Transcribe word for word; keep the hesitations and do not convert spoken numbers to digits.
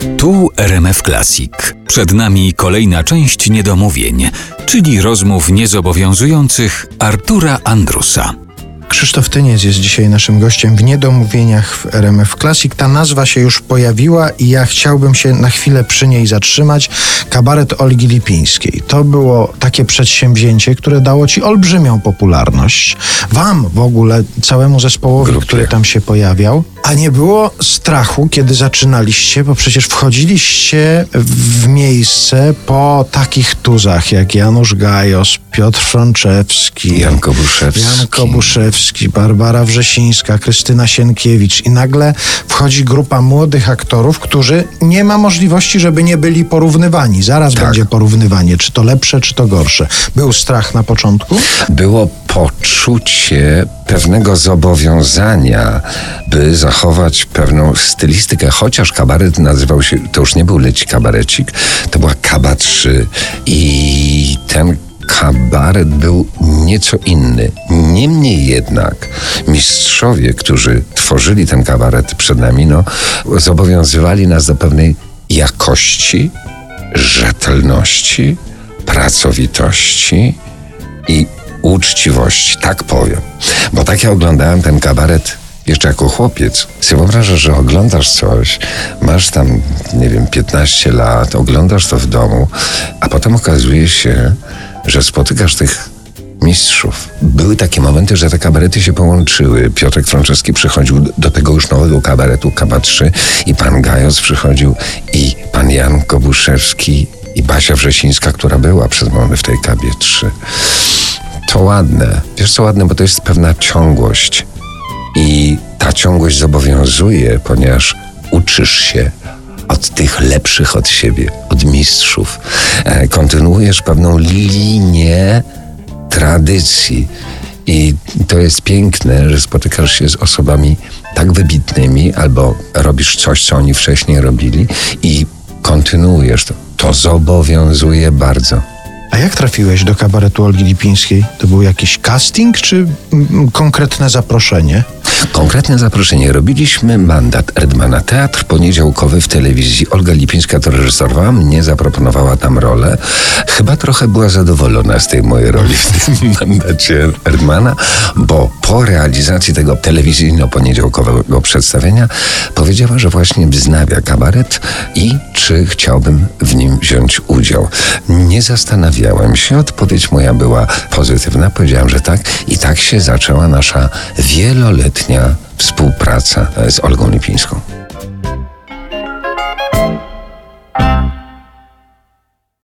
Tu R M F Classic. Przed nami kolejna część niedomówień, czyli rozmów niezobowiązujących Artura Andrusa. Krzysztof Tyniec jest dzisiaj naszym gościem w Niedomówieniach w R M F Classic. Ta nazwa się już pojawiła i ja chciałbym się na chwilę przy niej zatrzymać. Kabaret Olgi Lipińskiej. To było takie przedsięwzięcie, które dało ci olbrzymią popularność. Wam w ogóle, całemu zespołowi, Grupie. który tam się pojawiał. A nie było strachu, kiedy zaczynaliście, bo przecież wchodziliście w miejsce po takich tuzach jak Janusz Gajos, Piotr Frączewski, Jan Kobuszewski. Jan Kobuszewski, Barbara Wrzesińska, Krystyna Sienkiewicz i nagle wchodzi grupa młodych aktorów, którzy nie ma możliwości, żeby nie byli porównywani. Zaraz Tak. będzie porównywanie, czy to lepsze, czy to gorsze. Był strach na początku? Było poczucie pewnego zobowiązania, by zachować pewną stylistykę, chociaż kabaret nazywał się, to już nie był leci kabarecik, to była Kaba trzy i ten kabaret był nieco inny. Niemniej jednak mistrzowie, którzy tworzyli ten kabaret przed nami, no, zobowiązywali nas do pewnej jakości, rzetelności, pracowitości i uczciwości, tak powiem. Bo tak ja oglądałem ten kabaret jeszcze jako chłopiec. Sobie wyobrażasz, że oglądasz coś, masz tam, nie wiem, piętnaście lat, oglądasz to w domu, a potem okazuje się, że spotykasz tych mistrzów. Były takie momenty, że te kabarety się połączyły. Piotrek Frączewski przychodził do tego już nowego kabaretu, Kaba trzy, i pan Gajos przychodził, i pan Jan Kobuszewski, i Basia Wrzesińska, która była przez moment w tej Kabie trzy. To ładne. Wiesz co ładne, bo to jest pewna ciągłość. I ta ciągłość zobowiązuje, ponieważ uczysz się od tych lepszych od siebie, od mistrzów. E, kontynuujesz pewną linię tradycji. I to jest piękne, że spotykasz się z osobami tak wybitnymi, albo robisz coś, co oni wcześniej robili i kontynuujesz to. To zobowiązuje bardzo. A jak trafiłeś do kabaretu Olgi Lipińskiej? To był jakiś casting, czy mm, konkretne zaproszenie? Konkretne zaproszenie. Robiliśmy mandat Erdmana. Teatr poniedziałkowy w telewizji. Olga Lipińska to reżyserowała, mnie zaproponowała tam rolę. Chyba trochę była zadowolona z tej mojej roli w tym mandacie Erdmana, bo po realizacji tego telewizyjno-poniedziałkowego przedstawienia powiedziała, że właśnie wznawia kabaret i czy chciałbym w nim wziąć udział. Nie zastanawiałem się. Odpowiedź moja była pozytywna. Powiedziałem, że tak. I tak się zaczęła nasza wieloletnia współpraca z Olgą Lipińską.